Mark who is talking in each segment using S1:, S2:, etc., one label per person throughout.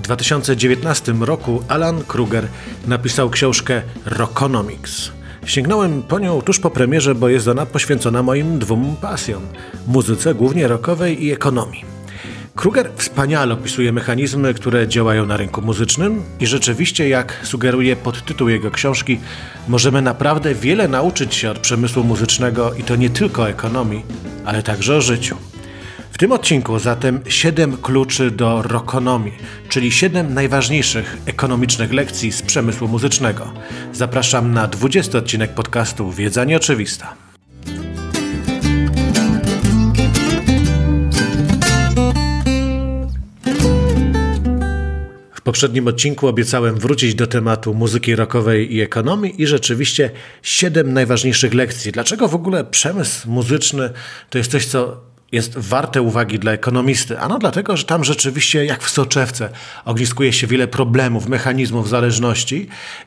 S1: 2019 roku Alan Kruger napisał książkę Rockonomics. Sięgnąłem po nią tuż po premierze, bo jest ona poświęcona moim dwóm pasjom – muzyce, głównie rockowej i ekonomii. Kruger wspaniale opisuje mechanizmy, które działają na rynku muzycznym i rzeczywiście, jak sugeruje podtytuł jego książki, możemy naprawdę wiele nauczyć się od przemysłu muzycznego i to nie tylko o ekonomii, ale także o życiu. W tym odcinku zatem 7 kluczy do rockonomii, czyli 7 najważniejszych ekonomicznych lekcji z przemysłu muzycznego. Zapraszam na 20 odcinek podcastu Wiedza Nieoczywista. W poprzednim odcinku obiecałem wrócić do tematu muzyki rockowej i ekonomii i rzeczywiście 7 najważniejszych lekcji. Dlaczego w ogóle przemysł muzyczny to jest coś, co jest warte uwagi dla ekonomisty? Ano dlatego, że tam rzeczywiście jak w soczewce ogniskuje się wiele problemów, mechanizmów zależności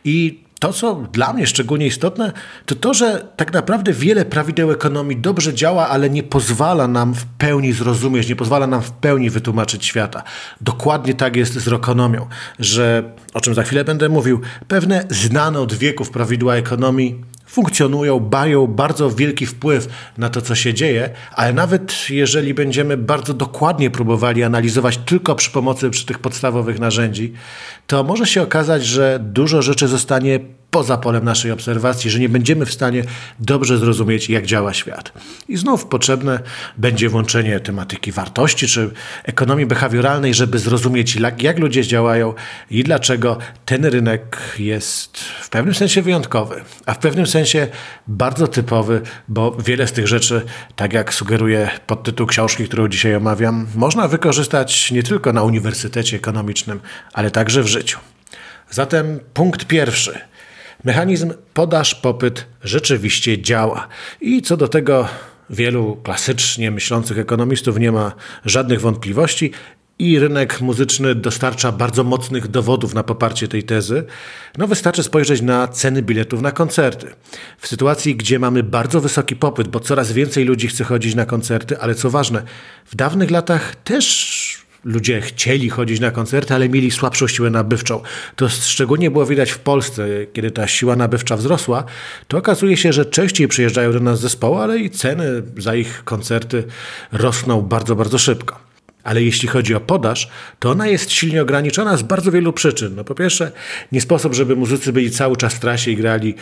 S1: i to, co dla mnie szczególnie istotne, to to, że tak naprawdę wiele prawideł ekonomii dobrze działa, ale nie pozwala nam w pełni zrozumieć, nie pozwala nam w pełni wytłumaczyć świata. Dokładnie tak jest z rockonomią, że, o czym za chwilę będę mówił, pewne znane od wieków prawidła ekonomii funkcjonują, mają bardzo wielki wpływ na to, co się dzieje, ale nawet jeżeli będziemy bardzo dokładnie próbowali analizować tylko przy pomocy tych podstawowych narzędzi, to może się okazać, że dużo rzeczy zostanie poza polem naszej obserwacji, że nie będziemy w stanie dobrze zrozumieć, jak działa świat. I znów potrzebne będzie włączenie tematyki wartości czy ekonomii behawioralnej, żeby zrozumieć, jak ludzie działają i dlaczego ten rynek jest w pewnym sensie wyjątkowy, a w pewnym sensie bardzo typowy, bo wiele z tych rzeczy, tak jak sugeruje podtytuł książki, którą dzisiaj omawiam, można wykorzystać nie tylko na Uniwersytecie Ekonomicznym, ale także w życiu. Zatem punkt pierwszy. Mechanizm podaż-popyt rzeczywiście działa. I co do tego wielu klasycznie myślących ekonomistów nie ma żadnych wątpliwości i rynek muzyczny dostarcza bardzo mocnych dowodów na poparcie tej tezy. Wystarczy spojrzeć na ceny biletów na koncerty. W sytuacji, gdzie mamy bardzo wysoki popyt, bo coraz więcej ludzi chce chodzić na koncerty, ale co ważne, w dawnych latach też ludzie chcieli chodzić na koncerty, ale mieli słabszą siłę nabywczą. To szczególnie było widać w Polsce, kiedy ta siła nabywcza wzrosła, to okazuje się, że częściej przyjeżdżają do nas zespoły, ale i ceny za ich koncerty rosną bardzo, bardzo szybko. Ale jeśli chodzi o podaż, to ona jest silnie ograniczona z bardzo wielu przyczyn. Po pierwsze, nie sposób, żeby muzycy byli cały czas w trasie i grali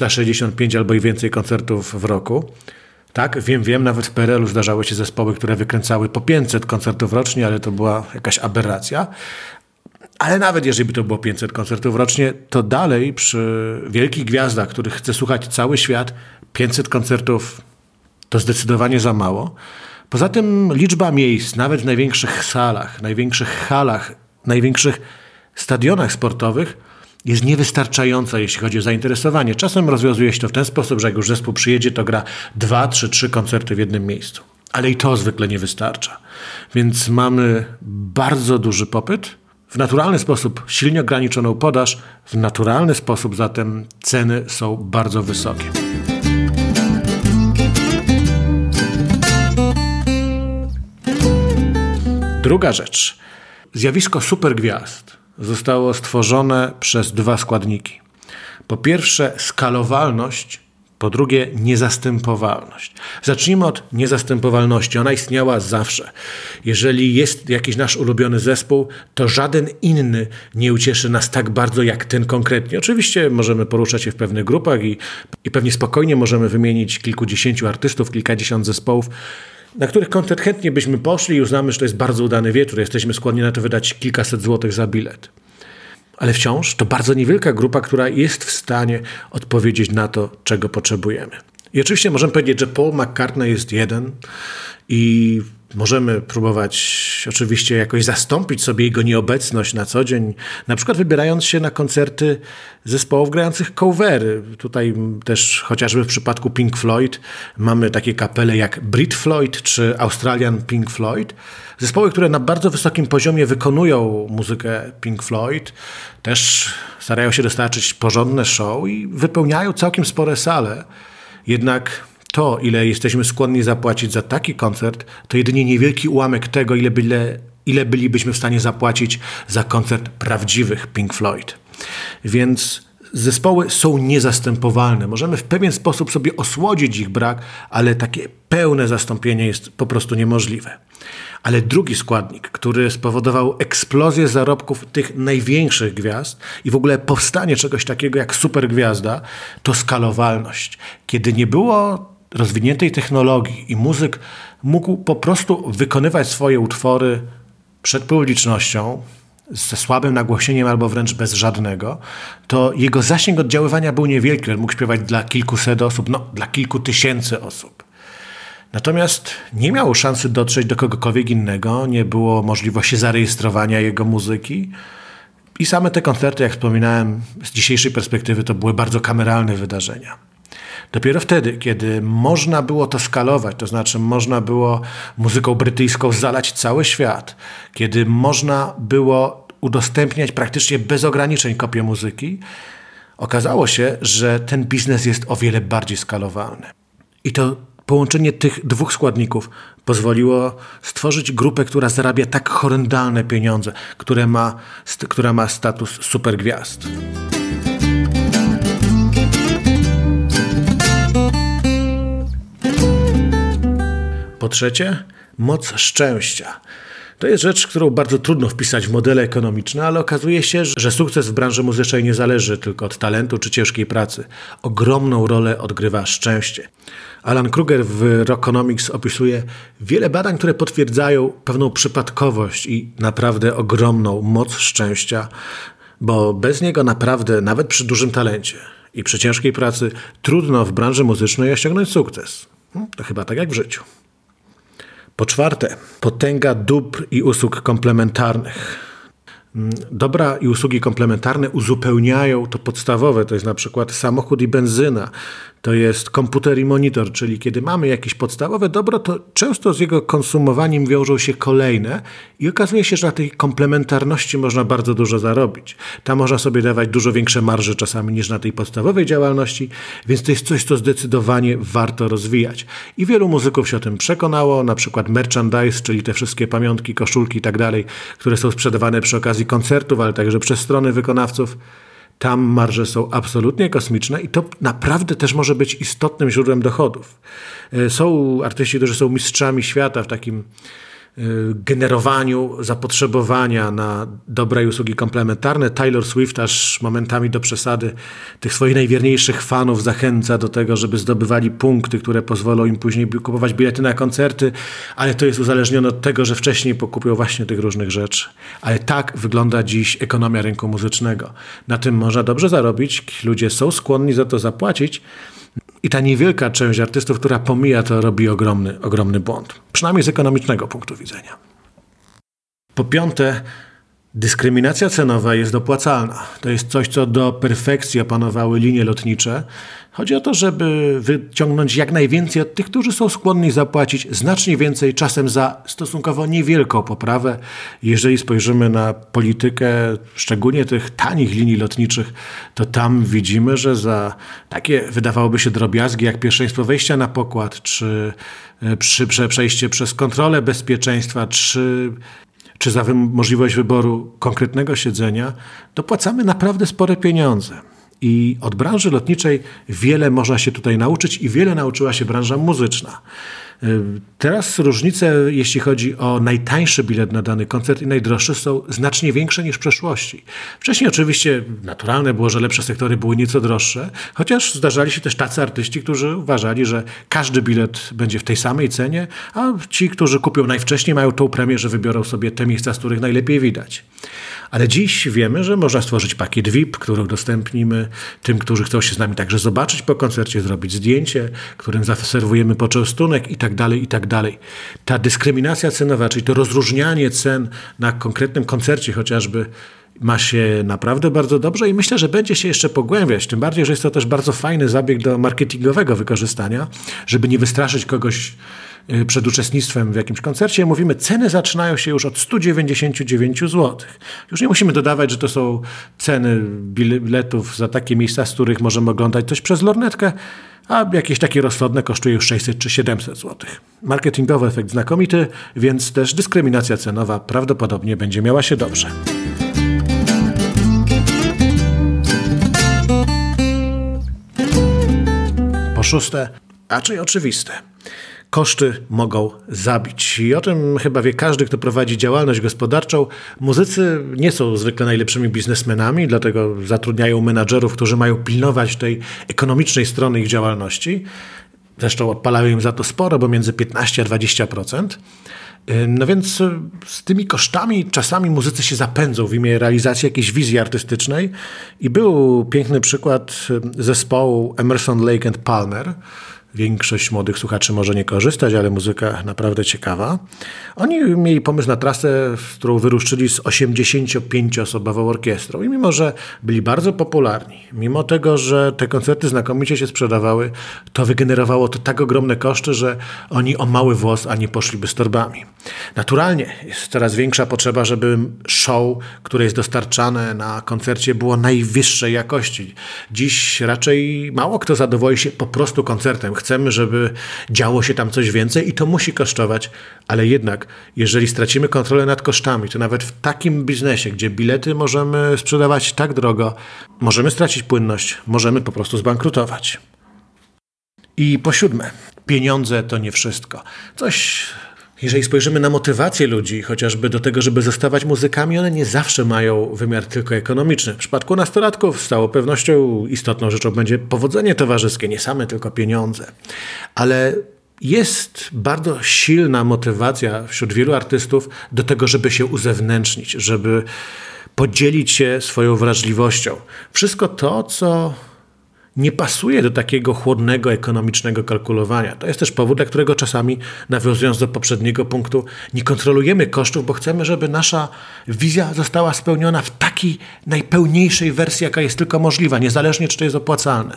S1: 365 albo i więcej koncertów w roku. Tak, wiem, nawet w PRL-u zdarzały się zespoły, które wykręcały po 500 koncertów rocznie, ale to była jakaś aberracja. Ale nawet jeżeli by to było 500 koncertów rocznie, to dalej przy wielkich gwiazdach, których chce słuchać cały świat, 500 koncertów to zdecydowanie za mało. Poza tym liczba miejsc, nawet w największych salach, największych halach, największych stadionach sportowych jest niewystarczająca, jeśli chodzi o zainteresowanie. Czasem rozwiązuje się to w ten sposób, że jak już zespół przyjedzie, to gra 2, 3 koncerty w jednym miejscu. Ale i to zwykle nie wystarcza. Więc mamy bardzo duży popyt, w naturalny sposób silnie ograniczoną podaż, w naturalny sposób zatem ceny są bardzo wysokie. Druga rzecz. Zjawisko supergwiazd zostało stworzone przez 2 składniki. Po pierwsze skalowalność, po drugie niezastępowalność. Zacznijmy od niezastępowalności. Ona istniała zawsze. Jeżeli jest jakiś nasz ulubiony zespół, to żaden inny nie ucieszy nas tak bardzo jak ten konkretnie. Oczywiście możemy poruszać się w pewnych grupach i pewnie spokojnie możemy wymienić kilkudziesięciu artystów, kilkadziesiąt zespołów, na których koncert chętnie byśmy poszli i uznamy, że to jest bardzo udany wieczór. Jesteśmy skłonni na to wydać kilkaset złotych za bilet. Ale wciąż to bardzo niewielka grupa, która jest w stanie odpowiedzieć na to, czego potrzebujemy. I oczywiście możemy powiedzieć, że Paul McCartney jest jeden i możemy próbować oczywiście jakoś zastąpić sobie jego nieobecność na co dzień, na przykład wybierając się na koncerty zespołów grających covery. Tutaj też chociażby w przypadku Pink Floyd mamy takie kapele jak Brit Floyd czy Australian Pink Floyd. Zespoły, które na bardzo wysokim poziomie wykonują muzykę Pink Floyd, też starają się dostarczyć porządne show i wypełniają całkiem spore sale. Jednak to, ile jesteśmy skłonni zapłacić za taki koncert, to jedynie niewielki ułamek tego, ile ile bylibyśmy w stanie zapłacić za koncert prawdziwych Pink Floyd. Więc zespoły są niezastępowalne. Możemy w pewien sposób sobie osłodzić ich brak, ale takie pełne zastąpienie jest po prostu niemożliwe. Ale drugi składnik, który spowodował eksplozję zarobków tych największych gwiazd i w ogóle powstanie czegoś takiego jak supergwiazda, to skalowalność. Kiedy nie było rozwiniętej technologii i muzyk mógł po prostu wykonywać swoje utwory przed publicznością, ze słabym nagłośnieniem albo wręcz bez żadnego, to jego zasięg oddziaływania był niewielki. On mógł śpiewać dla kilkuset osób, dla kilku tysięcy osób. Natomiast nie miał szansy dotrzeć do kogokolwiek innego, nie było możliwości zarejestrowania jego muzyki i same te koncerty, jak wspominałem, z dzisiejszej perspektywy to były bardzo kameralne wydarzenia. Dopiero wtedy, kiedy można było to skalować, to znaczy można było muzyką brytyjską zalać cały świat, kiedy można było udostępniać praktycznie bez ograniczeń kopie muzyki, okazało się, że ten biznes jest o wiele bardziej skalowalny. I to połączenie tych dwóch składników pozwoliło stworzyć grupę, która zarabia tak horrendalne pieniądze, która ma status supergwiazd. Po trzecie, moc szczęścia. To jest rzecz, którą bardzo trudno wpisać w modele ekonomiczne, ale okazuje się, że sukces w branży muzycznej nie zależy tylko od talentu czy ciężkiej pracy. Ogromną rolę odgrywa szczęście. Alan Kruger w Rockonomics opisuje wiele badań, które potwierdzają pewną przypadkowość i naprawdę ogromną moc szczęścia, bo bez niego naprawdę, nawet przy dużym talencie i przy ciężkiej pracy, trudno w branży muzycznej osiągnąć sukces. To chyba tak jak w życiu. Po czwarte, potęga dóbr i usług komplementarnych. Dobra i usługi komplementarne uzupełniają to podstawowe, to jest na przykład samochód i benzyna, to jest komputer i monitor, czyli kiedy mamy jakieś podstawowe dobro, to często z jego konsumowaniem wiążą się kolejne i okazuje się, że na tej komplementarności można bardzo dużo zarobić. Tam można sobie dawać dużo większe marże czasami niż na tej podstawowej działalności, więc to jest coś, co zdecydowanie warto rozwijać. I wielu muzyków się o tym przekonało, na przykład merchandise, czyli te wszystkie pamiątki, koszulki i tak dalej, które są sprzedawane przy okazji koncertów, ale także przez strony wykonawców. Tam marże są absolutnie kosmiczne i to naprawdę też może być istotnym źródłem dochodów. Są artyści, którzy są mistrzami świata w takim generowaniu zapotrzebowania na dobra i usługi komplementarne. Taylor Swift aż momentami do przesady tych swoich najwierniejszych fanów zachęca do tego, żeby zdobywali punkty, które pozwolą im później kupować bilety na koncerty, ale to jest uzależnione od tego, że wcześniej pokupią właśnie tych różnych rzeczy. Ale tak wygląda dziś ekonomia rynku muzycznego. Na tym można dobrze zarobić, ludzie są skłonni za to zapłacić, i ta niewielka część artystów, która pomija to, robi ogromny błąd. Przynajmniej z ekonomicznego punktu widzenia. Po piąte, dyskryminacja cenowa jest dopłacalna. To jest coś, co do perfekcji opanowały linie lotnicze. Chodzi o to, żeby wyciągnąć jak najwięcej od tych, którzy są skłonni zapłacić znacznie więcej, czasem za stosunkowo niewielką poprawę. Jeżeli spojrzymy na politykę, szczególnie tych tanich linii lotniczych, to tam widzimy, że za takie wydawałoby się drobiazgi, jak pierwszeństwo wejścia na pokład, czy przejście przez kontrolę bezpieczeństwa, czy za możliwość wyboru konkretnego siedzenia, dopłacamy naprawdę spore pieniądze. I od branży lotniczej wiele można się tutaj nauczyć i wiele nauczyła się branża muzyczna. Teraz różnice, jeśli chodzi o najtańszy bilet na dany koncert i najdroższy, są znacznie większe niż w przeszłości. Wcześniej oczywiście naturalne było, że lepsze sektory były nieco droższe, chociaż zdarzali się też tacy artyści, którzy uważali, że każdy bilet będzie w tej samej cenie, a ci, którzy kupią najwcześniej, mają tą premię, że wybiorą sobie te miejsca, z których najlepiej widać. Ale dziś wiemy, że można stworzyć pakiet VIP, który udostępnimy tym, którzy chcą się z nami także zobaczyć po koncercie, zrobić zdjęcie, którym zaserwujemy poczęstunek i tak dalej, i tak dalej. Ta dyskryminacja cenowa, czyli to rozróżnianie cen na konkretnym koncercie chociażby, ma się naprawdę bardzo dobrze i myślę, że będzie się jeszcze pogłębiać. Tym bardziej, że jest to też bardzo fajny zabieg do marketingowego wykorzystania, żeby nie wystraszyć kogoś przed uczestnictwem w jakimś koncercie, mówimy, ceny zaczynają się już od 199 zł. Już nie musimy dodawać, że to są ceny biletów za takie miejsca, z których możemy oglądać coś przez lornetkę, a jakieś takie rozsądne kosztuje już 600 czy 700 zł. Marketingowy efekt znakomity, więc też dyskryminacja cenowa prawdopodobnie będzie miała się dobrze. Po szóste, raczej oczywiste. Koszty mogą zabić. I o tym chyba wie każdy, kto prowadzi działalność gospodarczą. Muzycy nie są zwykle najlepszymi biznesmenami, dlatego zatrudniają menadżerów, którzy mają pilnować tej ekonomicznej strony ich działalności. Zresztą odpalają im za to sporo, bo między 15 a 20%. No więc z tymi kosztami czasami muzycy się zapędzą w imię realizacji jakiejś wizji artystycznej. I był piękny przykład zespołu Emerson, Lake and Palmer. Większość młodych słuchaczy może nie korzystać, ale muzyka naprawdę ciekawa. Oni mieli pomysł na trasę, z którą wyruszyli z 85-osobową orkiestrą. I mimo, że byli bardzo popularni, mimo tego, że te koncerty znakomicie się sprzedawały, to wygenerowało to tak ogromne koszty, że oni o mały włos ani poszliby z torbami. Naturalnie jest coraz większa potrzeba, żeby show, które jest dostarczane na koncercie, było najwyższej jakości. Dziś raczej mało kto zadowoli się po prostu koncertem. Chcemy, żeby działo się tam coś więcej i to musi kosztować, ale jednak, jeżeli stracimy kontrolę nad kosztami, to nawet w takim biznesie, gdzie bilety możemy sprzedawać tak drogo, możemy stracić płynność, możemy po prostu zbankrutować. I po siódme, pieniądze to nie wszystko. Jeżeli spojrzymy na motywację ludzi, chociażby do tego, żeby zostawać muzykami, one nie zawsze mają wymiar tylko ekonomiczny. W przypadku nastolatków z całą pewnością istotną rzeczą będzie powodzenie towarzyskie, nie same tylko pieniądze. Ale jest bardzo silna motywacja wśród wielu artystów do tego, żeby się uzewnętrznić, żeby podzielić się swoją wrażliwością. Wszystko to, co nie pasuje do takiego chłodnego, ekonomicznego kalkulowania. To jest też powód, dla którego czasami, nawiązując do poprzedniego punktu, nie kontrolujemy kosztów, bo chcemy, żeby nasza wizja została spełniona w takiej najpełniejszej wersji, jaka jest tylko możliwa, niezależnie czy to jest opłacalne.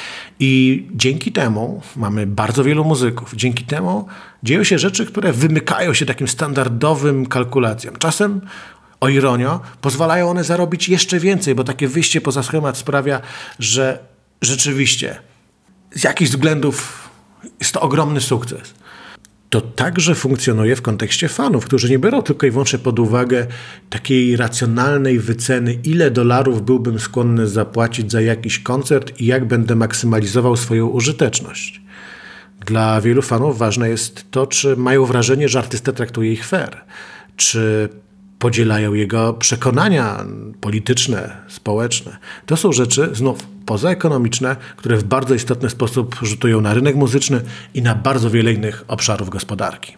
S1: I dzięki temu mamy bardzo wielu muzyków. Dzięki temu dzieją się rzeczy, które wymykają się takim standardowym kalkulacjom. Czasem, o ironio, pozwalają one zarobić jeszcze więcej, bo takie wyjście poza schemat sprawia, że rzeczywiście z jakichś względów jest to ogromny sukces. To także funkcjonuje w kontekście fanów, którzy nie biorą tylko i wyłącznie pod uwagę takiej racjonalnej wyceny, ile dolarów byłbym skłonny zapłacić za jakiś koncert i jak będę maksymalizował swoją użyteczność. Dla wielu fanów ważne jest to, czy mają wrażenie, że artysta traktuje ich fair, czy podzielają jego przekonania polityczne, społeczne. To są rzeczy, znów, pozaekonomiczne, które w bardzo istotny sposób rzutują na rynek muzyczny i na bardzo wiele innych obszarów gospodarki.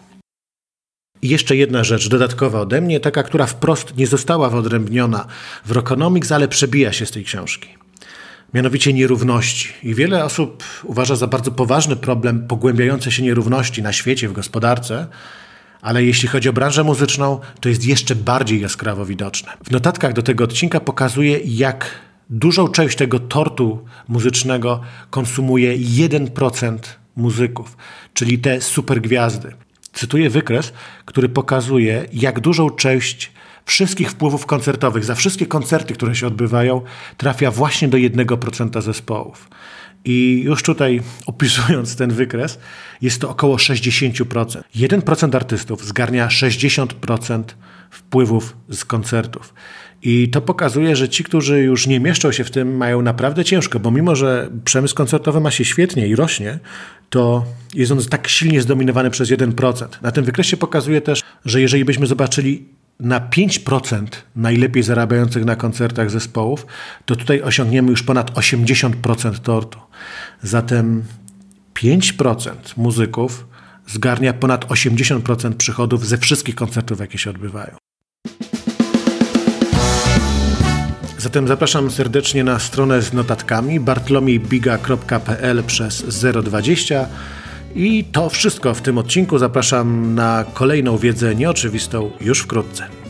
S1: I jeszcze jedna rzecz dodatkowa ode mnie, taka, która wprost nie została wyodrębniona w Rockonomics, ale przebija się z tej książki. Mianowicie nierówności. I wiele osób uważa za bardzo poważny problem pogłębiające się nierówności na świecie, w gospodarce, ale jeśli chodzi o branżę muzyczną, to jest jeszcze bardziej jaskrawo widoczne. W notatkach do tego odcinka pokazuję, jak dużą część tego tortu muzycznego konsumuje 1% muzyków, czyli te supergwiazdy. Cytuję wykres, który pokazuje, jak dużą część wszystkich wpływów koncertowych, za wszystkie koncerty, które się odbywają, trafia właśnie do 1% zespołów. I już tutaj opisując ten wykres, jest to około 60%. 1% artystów zgarnia 60% wpływów z koncertów. I to pokazuje, że ci, którzy już nie mieszczą się w tym, mają naprawdę ciężko, bo mimo, że przemysł koncertowy ma się świetnie i rośnie, to jest on tak silnie zdominowany przez 1%. Na tym wykresie pokazuje też, że jeżeli byśmy zobaczyli na 5% najlepiej zarabiających na koncertach zespołów, to tutaj osiągniemy już ponad 80% tortu. Zatem 5% muzyków zgarnia ponad 80% przychodów ze wszystkich koncertów, jakie się odbywają. Zatem zapraszam serdecznie na stronę z notatkami bartlomiejbiga.pl/020 i to wszystko w tym odcinku. Zapraszam na kolejną wiedzę nieoczywistą już wkrótce.